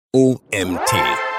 OMT.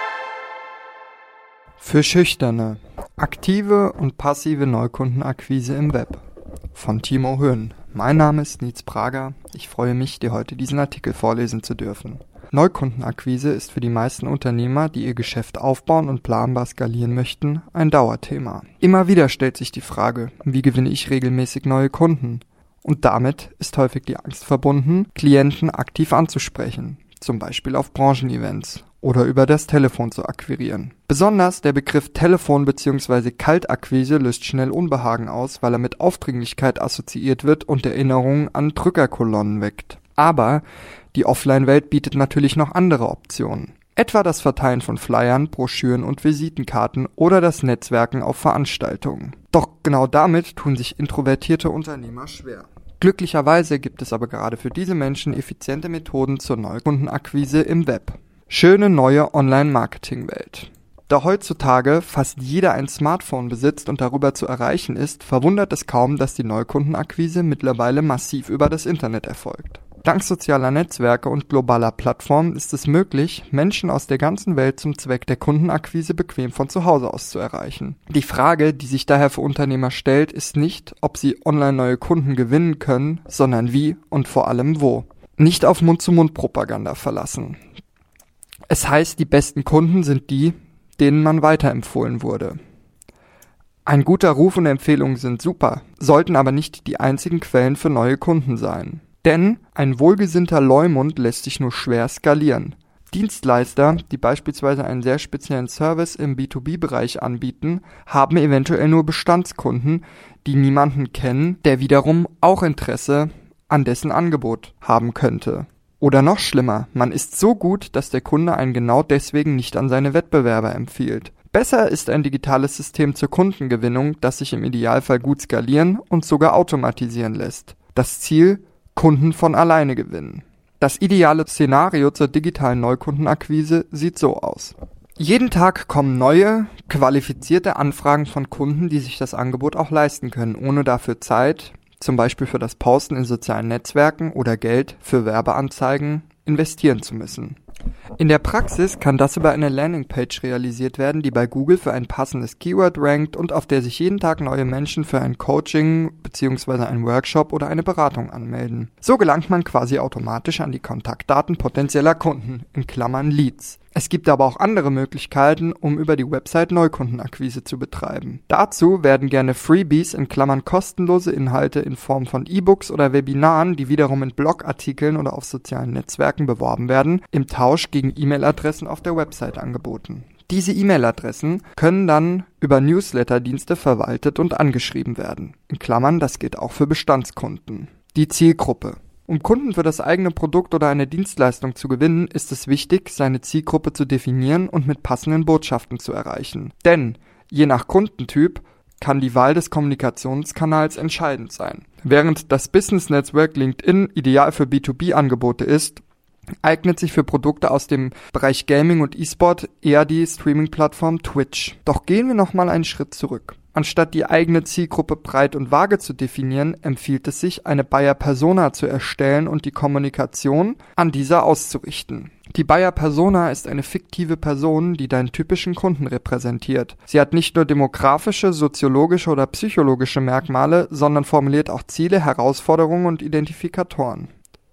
Für Schüchterne. Aktive und passive Neukundenakquise im Web. Von Timo Höhn. Mein Name ist Nietz Prager. Ich freue mich, dir heute diesen Artikel vorlesen zu dürfen. Neukundenakquise ist für die meisten Unternehmer, die ihr Geschäft aufbauen und planbar skalieren möchten, ein Dauerthema. Immer wieder stellt sich die Frage, wie gewinne ich regelmäßig neue Kunden? Und damit ist häufig die Angst verbunden, Klienten aktiv anzusprechen, zum Beispiel auf Branchenevents oder über das Telefon zu akquirieren. Besonders der Begriff Telefon bzw. Kaltakquise löst schnell Unbehagen aus, weil er mit Aufdringlichkeit assoziiert wird und Erinnerungen an Drückerkolonnen weckt. Aber die Offline-Welt bietet natürlich noch andere Optionen. Etwa das Verteilen von Flyern, Broschüren und Visitenkarten oder das Netzwerken auf Veranstaltungen. Doch genau damit tun sich introvertierte Unternehmer schwer. Glücklicherweise gibt es aber gerade für diese Menschen effiziente Methoden zur Neukundenakquise im Web. Schöne neue Online-Marketing-Welt. Da heutzutage fast jeder ein Smartphone besitzt und darüber zu erreichen ist, verwundert es kaum, dass die Neukundenakquise mittlerweile massiv über das Internet erfolgt. Dank sozialer Netzwerke und globaler Plattformen ist es möglich, Menschen aus der ganzen Welt zum Zweck der Kundenakquise bequem von zu Hause aus zu erreichen. Die Frage, die sich daher für Unternehmer stellt, ist nicht, ob sie online neue Kunden gewinnen können, sondern wie und vor allem wo. Nicht auf Mund-zu-Mund-Propaganda verlassen. Es heißt, die besten Kunden sind die, denen man weiterempfohlen wurde. Ein guter Ruf und Empfehlungen sind super, sollten aber nicht die einzigen Quellen für neue Kunden sein. Denn ein wohlgesinnter Leumund lässt sich nur schwer skalieren. Dienstleister, die beispielsweise einen sehr speziellen Service im B2B-Bereich anbieten, haben eventuell nur Bestandskunden, die niemanden kennen, der wiederum auch Interesse an dessen Angebot haben könnte. Oder noch schlimmer, man ist so gut, dass der Kunde einen genau deswegen nicht an seine Wettbewerber empfiehlt. Besser ist ein digitales System zur Kundengewinnung, das sich im Idealfall gut skalieren und sogar automatisieren lässt. Das Ziel: Kunden von alleine gewinnen. Das ideale Szenario zur digitalen Neukundenakquise sieht so aus. Jeden Tag kommen neue, qualifizierte Anfragen von Kunden, die sich das Angebot auch leisten können, ohne dafür Zeit, zum Beispiel für das Posten in sozialen Netzwerken oder Geld für Werbeanzeigen, investieren zu müssen. In der Praxis kann das über eine Landingpage realisiert werden, die bei Google für ein passendes Keyword rankt und auf der sich jeden Tag neue Menschen für ein Coaching bzw. einen Workshop oder eine Beratung anmelden. So gelangt man quasi automatisch an die Kontaktdaten potenzieller Kunden, in Klammern Leads. Es gibt aber auch andere Möglichkeiten, um über die Website Neukundenakquise zu betreiben. Dazu werden gerne Freebies, in Klammern kostenlose Inhalte in Form von E-Books oder Webinaren, die wiederum in Blogartikeln oder auf sozialen Netzwerken beworben werden, im Tausch gegen E-Mail-Adressen auf der Website angeboten. Diese E-Mail-Adressen können dann über Newsletter-Dienste verwaltet und angeschrieben werden. In Klammern, das gilt auch für Bestandskunden. Die Zielgruppe. Um Kunden für das eigene Produkt oder eine Dienstleistung zu gewinnen, ist es wichtig, seine Zielgruppe zu definieren und mit passenden Botschaften zu erreichen. Denn je nach Kundentyp kann die Wahl des Kommunikationskanals entscheidend sein. Während das Business-Netzwerk LinkedIn ideal für B2B-Angebote ist, eignet sich für Produkte aus dem Bereich Gaming und E-Sport eher die Streaming-Plattform Twitch. Doch gehen wir nochmal einen Schritt zurück. Anstatt die eigene Zielgruppe breit und vage zu definieren, empfiehlt es sich, eine Buyer-Persona zu erstellen und die Kommunikation an dieser auszurichten. Die Buyer-Persona ist eine fiktive Person, die deinen typischen Kunden repräsentiert. Sie hat nicht nur demografische, soziologische oder psychologische Merkmale, sondern formuliert auch Ziele, Herausforderungen und Identifikatoren.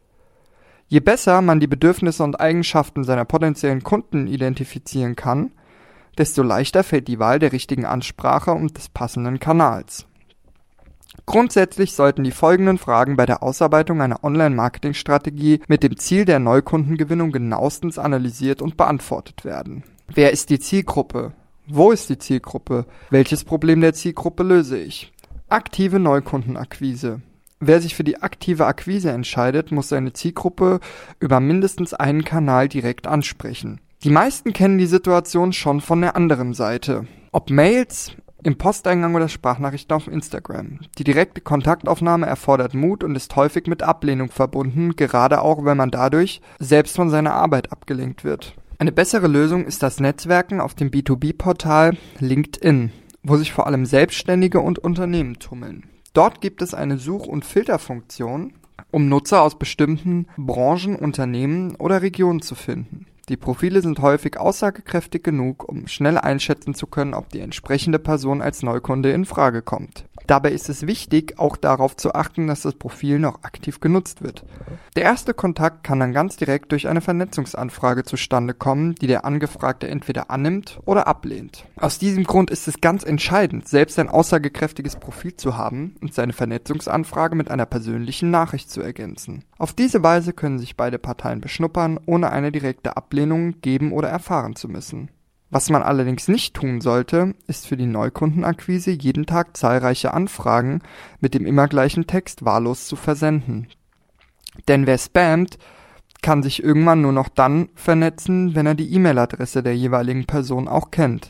Je besser man die Bedürfnisse und Eigenschaften seiner potenziellen Kunden identifizieren kann, desto leichter fällt die Wahl der richtigen Ansprache und des passenden Kanals. Grundsätzlich sollten die folgenden Fragen bei der Ausarbeitung einer Online-Marketing-Strategie mit dem Ziel der Neukundengewinnung genauestens analysiert und beantwortet werden. Wer ist die Zielgruppe? Wo ist die Zielgruppe? Welches Problem der Zielgruppe löse ich? Aktive Neukundenakquise. Wer sich für die aktive Akquise entscheidet, muss seine Zielgruppe über mindestens einen Kanal direkt ansprechen. Die meisten kennen die Situation schon von der anderen Seite. Ob Mails, im Posteingang oder Sprachnachrichten auf Instagram. Die direkte Kontaktaufnahme erfordert Mut und ist häufig mit Ablehnung verbunden, gerade auch wenn man dadurch selbst von seiner Arbeit abgelenkt wird. Eine bessere Lösung ist das Netzwerken auf dem B2B-Portal LinkedIn, wo sich vor allem Selbstständige und Unternehmen tummeln. Dort gibt es eine Such- und Filterfunktion, um Nutzer aus bestimmten Branchen, Unternehmen oder Regionen zu finden. Die Profile sind häufig aussagekräftig genug, um schnell einschätzen zu können, ob die entsprechende Person als Neukunde in Frage kommt. Dabei ist es wichtig, auch darauf zu achten, dass das Profil noch aktiv genutzt wird. Der erste Kontakt kann dann ganz direkt durch eine Vernetzungsanfrage zustande kommen, die der Angefragte entweder annimmt oder ablehnt. Aus diesem Grund ist es ganz entscheidend, selbst ein aussagekräftiges Profil zu haben und seine Vernetzungsanfrage mit einer persönlichen Nachricht zu ergänzen. Auf diese Weise können sich beide Parteien beschnuppern, ohne eine direkte Ablehnung geben oder erfahren zu müssen. Was man allerdings nicht tun sollte, ist für die Neukundenakquise jeden Tag zahlreiche Anfragen mit dem immer gleichen Text wahllos zu versenden. Denn wer spammt, kann sich irgendwann nur noch dann vernetzen, wenn er die E-Mail-Adresse der jeweiligen Person auch kennt.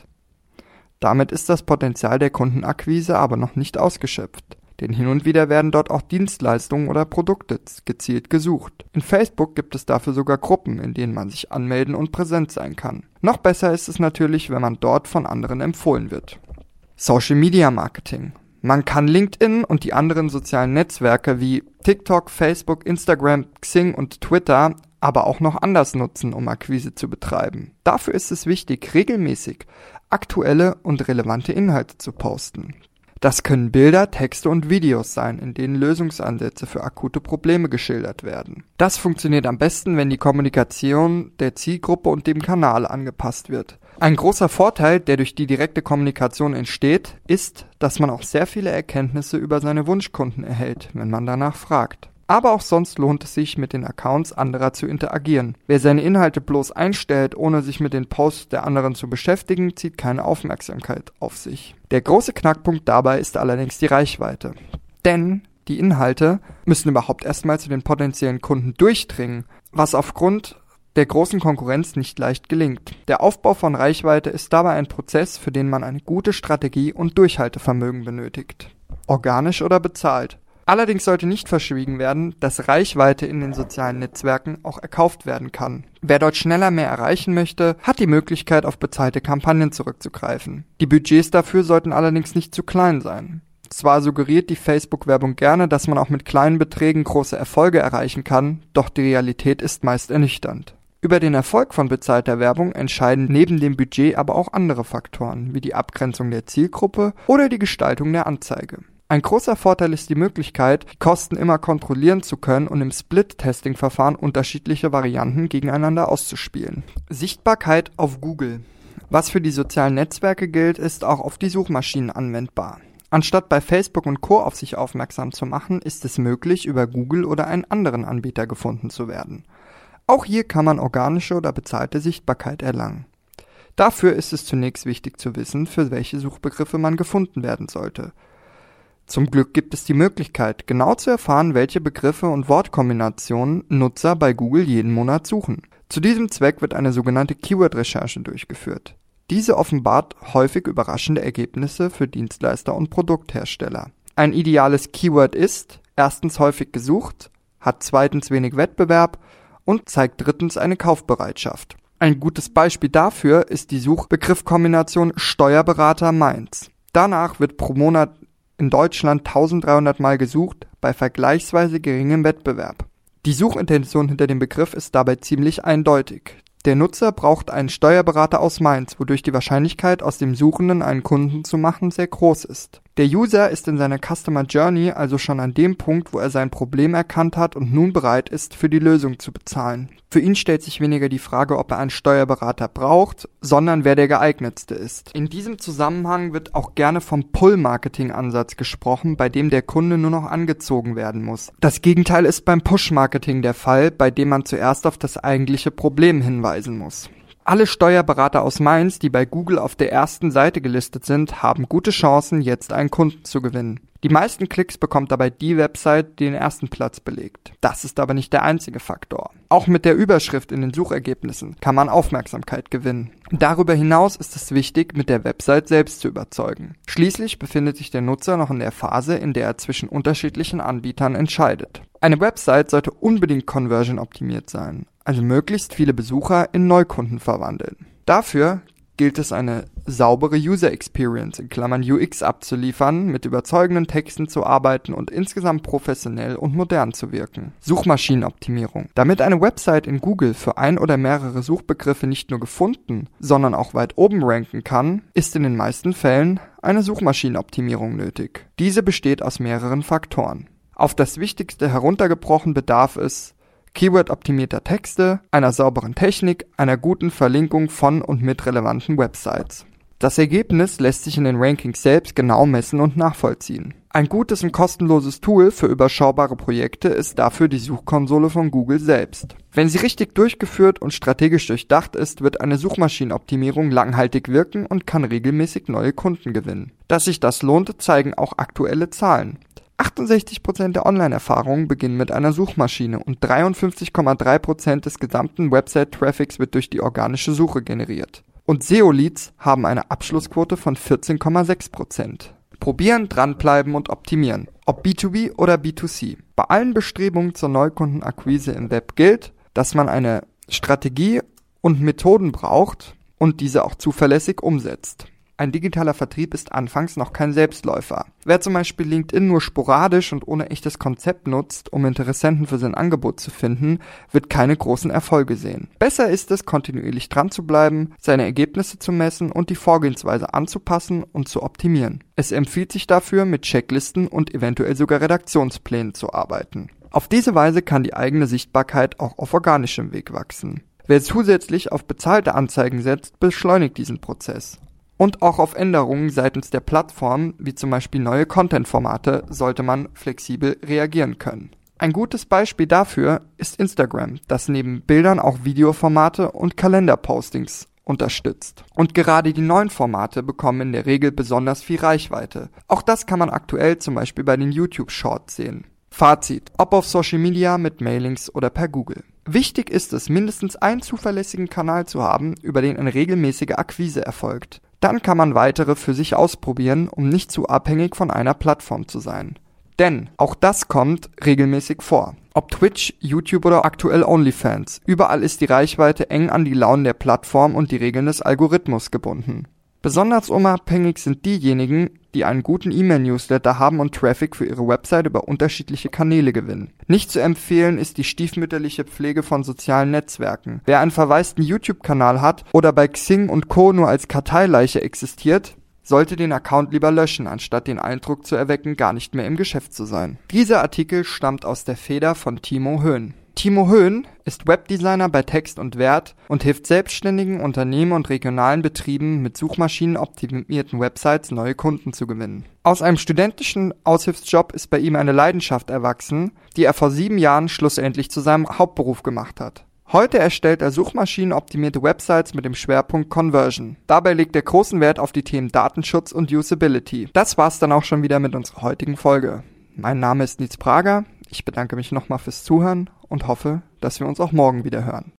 Damit ist das Potenzial der Kundenakquise aber noch nicht ausgeschöpft. Denn hin und wieder werden dort auch Dienstleistungen oder Produkte gezielt gesucht. In Facebook gibt es dafür sogar Gruppen, in denen man sich anmelden und präsent sein kann. Noch besser ist es natürlich, wenn man dort von anderen empfohlen wird. Social Media Marketing. Man kann LinkedIn und die anderen sozialen Netzwerke wie TikTok, Facebook, Instagram, Xing und Twitter aber auch noch anders nutzen, um Akquise zu betreiben. Dafür ist es wichtig, regelmäßig aktuelle und relevante Inhalte zu posten. Das können Bilder, Texte und Videos sein, in denen Lösungsansätze für akute Probleme geschildert werden. Das funktioniert am besten, wenn die Kommunikation der Zielgruppe und dem Kanal angepasst wird. Ein großer Vorteil, der durch die direkte Kommunikation entsteht, ist, dass man auch sehr viele Erkenntnisse über seine Wunschkunden erhält, wenn man danach fragt. Aber auch sonst lohnt es sich, mit den Accounts anderer zu interagieren. Wer seine Inhalte bloß einstellt, ohne sich mit den Posts der anderen zu beschäftigen, zieht keine Aufmerksamkeit auf sich. Der große Knackpunkt dabei ist allerdings die Reichweite. Denn die Inhalte müssen überhaupt erstmal zu den potenziellen Kunden durchdringen, was aufgrund der großen Konkurrenz nicht leicht gelingt. Der Aufbau von Reichweite ist dabei ein Prozess, für den man eine gute Strategie und Durchhaltevermögen benötigt. Organisch oder bezahlt. Allerdings sollte nicht verschwiegen werden, dass Reichweite in den sozialen Netzwerken auch erkauft werden kann. Wer dort schneller mehr erreichen möchte, hat die Möglichkeit, auf bezahlte Kampagnen zurückzugreifen. Die Budgets dafür sollten allerdings nicht zu klein sein. Zwar suggeriert die Facebook-Werbung gerne, dass man auch mit kleinen Beträgen große Erfolge erreichen kann, doch die Realität ist meist ernüchternd. Über den Erfolg von bezahlter Werbung entscheiden neben dem Budget aber auch andere Faktoren, wie die Abgrenzung der Zielgruppe oder die Gestaltung der Anzeige. Ein großer Vorteil ist die Möglichkeit, die Kosten immer kontrollieren zu können und im Split-Testing-Verfahren unterschiedliche Varianten gegeneinander auszuspielen. Sichtbarkeit auf Google. Was für die sozialen Netzwerke gilt, ist auch auf die Suchmaschinen anwendbar. Anstatt bei Facebook und Co. auf sich aufmerksam zu machen, ist es möglich, über Google oder einen anderen Anbieter gefunden zu werden. Auch hier kann man organische oder bezahlte Sichtbarkeit erlangen. Dafür ist es zunächst wichtig zu wissen, für welche Suchbegriffe man gefunden werden sollte. Zum Glück gibt es die Möglichkeit, genau zu erfahren, welche Begriffe und Wortkombinationen Nutzer bei Google jeden Monat suchen. Zu diesem Zweck wird eine sogenannte Keyword-Recherche durchgeführt. Diese offenbart häufig überraschende Ergebnisse für Dienstleister und Produkthersteller. Ein ideales Keyword ist erstens häufig gesucht, hat zweitens wenig Wettbewerb und zeigt drittens eine Kaufbereitschaft. Ein gutes Beispiel dafür ist die Suchbegriffkombination Steuerberater Mainz. Danach wird pro Monat in Deutschland 1300 Mal gesucht, bei vergleichsweise geringem Wettbewerb. Die Suchintention hinter dem Begriff ist dabei ziemlich eindeutig. Der Nutzer braucht einen Steuerberater aus Mainz, wodurch die Wahrscheinlichkeit, aus dem Suchenden einen Kunden zu machen, sehr groß ist. Der User ist in seiner Customer Journey also schon an dem Punkt, wo er sein Problem erkannt hat und nun bereit ist, für die Lösung zu bezahlen. Für ihn stellt sich weniger die Frage, ob er einen Steuerberater braucht, sondern wer der geeignetste ist. In diesem Zusammenhang wird auch gerne vom Pull-Marketing-Ansatz gesprochen, bei dem der Kunde nur noch angezogen werden muss. Das Gegenteil ist beim Push-Marketing der Fall, bei dem man zuerst auf das eigentliche Problem hinweisen muss. Alle Steuerberater aus Mainz, die bei Google auf der ersten Seite gelistet sind, haben gute Chancen, jetzt einen Kunden zu gewinnen. Die meisten Klicks bekommt dabei die Website, die den ersten Platz belegt. Das ist aber nicht der einzige Faktor. Auch mit der Überschrift in den Suchergebnissen kann man Aufmerksamkeit gewinnen. Darüber hinaus ist es wichtig, mit der Website selbst zu überzeugen. Schließlich befindet sich der Nutzer noch in der Phase, in der er zwischen unterschiedlichen Anbietern entscheidet. Eine Website sollte unbedingt conversion-optimiert sein, also möglichst viele Besucher in Neukunden verwandeln. Dafür gilt es, eine saubere User Experience (UX) abzuliefern, mit überzeugenden Texten zu arbeiten und insgesamt professionell und modern zu wirken. Suchmaschinenoptimierung. Damit eine Website in Google für ein oder mehrere Suchbegriffe nicht nur gefunden, sondern auch weit oben ranken kann, ist in den meisten Fällen eine Suchmaschinenoptimierung nötig. Diese besteht aus mehreren Faktoren. Auf das Wichtigste heruntergebrochen bedarf es Keyword-optimierter Texte, einer sauberen Technik, einer guten Verlinkung von und mit relevanten Websites. Das Ergebnis lässt sich in den Rankings selbst genau messen und nachvollziehen. Ein gutes und kostenloses Tool für überschaubare Projekte ist dafür die Suchkonsole von Google selbst. Wenn sie richtig durchgeführt und strategisch durchdacht ist, wird eine Suchmaschinenoptimierung langhaltig wirken und kann regelmäßig neue Kunden gewinnen. Dass sich das lohnt, zeigen auch aktuelle Zahlen. 68% der Online-Erfahrungen beginnen mit einer Suchmaschine und 53,3% des gesamten Website-Traffics wird durch die organische Suche generiert. Und SEO-Leads haben eine Abschlussquote von 14,6%. Probieren, dranbleiben und optimieren. Ob B2B oder B2C. Bei allen Bestrebungen zur Neukundenakquise im Web gilt, dass man eine Strategie und Methoden braucht und diese auch zuverlässig umsetzt. Ein digitaler Vertrieb ist anfangs noch kein Selbstläufer. Wer zum Beispiel LinkedIn nur sporadisch und ohne echtes Konzept nutzt, um Interessenten für sein Angebot zu finden, wird keine großen Erfolge sehen. Besser ist es, kontinuierlich dran zu bleiben, seine Ergebnisse zu messen und die Vorgehensweise anzupassen und zu optimieren. Es empfiehlt sich dafür, mit Checklisten und eventuell sogar Redaktionsplänen zu arbeiten. Auf diese Weise kann die eigene Sichtbarkeit auch auf organischem Weg wachsen. Wer zusätzlich auf bezahlte Anzeigen setzt, beschleunigt diesen Prozess. Und auch auf Änderungen seitens der Plattform, wie zum Beispiel neue Content-Formate, sollte man flexibel reagieren können. Ein gutes Beispiel dafür ist Instagram, das neben Bildern auch Videoformate und Kalenderpostings unterstützt. Und gerade die neuen Formate bekommen in der Regel besonders viel Reichweite. Auch das kann man aktuell zum Beispiel bei den YouTube Shorts sehen. Fazit: Ob auf Social Media, mit Mailings oder per Google. Wichtig ist es, mindestens einen zuverlässigen Kanal zu haben, über den eine regelmäßige Akquise erfolgt. Dann kann man weitere für sich ausprobieren, um nicht zu abhängig von einer Plattform zu sein. Denn auch das kommt regelmäßig vor. Ob Twitch, YouTube oder aktuell OnlyFans, überall ist die Reichweite eng an die Launen der Plattform und die Regeln des Algorithmus gebunden. Besonders unabhängig sind diejenigen, die einen guten E-Mail-Newsletter haben und Traffic für ihre Website über unterschiedliche Kanäle gewinnen. Nicht zu empfehlen ist die stiefmütterliche Pflege von sozialen Netzwerken. Wer einen verwaisten YouTube-Kanal hat oder bei Xing und Co. nur als Karteileiche existiert, sollte den Account lieber löschen, anstatt den Eindruck zu erwecken, gar nicht mehr im Geschäft zu sein. Dieser Artikel stammt aus der Feder von Timo Höhn. Timo Höhn ist Webdesigner bei Text und Wert und hilft selbstständigen Unternehmen und regionalen Betrieben mit suchmaschinenoptimierten Websites neue Kunden zu gewinnen. Aus einem studentischen Aushilfsjob ist bei ihm eine Leidenschaft erwachsen, die er vor 7 Jahren schlussendlich zu seinem Hauptberuf gemacht hat. Heute erstellt er suchmaschinenoptimierte Websites mit dem Schwerpunkt Conversion. Dabei legt er großen Wert auf die Themen Datenschutz und Usability. Das war's dann auch schon wieder mit unserer heutigen Folge. Mein Name ist Nietz Prager. Ich bedanke mich nochmal fürs Zuhören und hoffe, dass wir uns auch morgen wieder hören.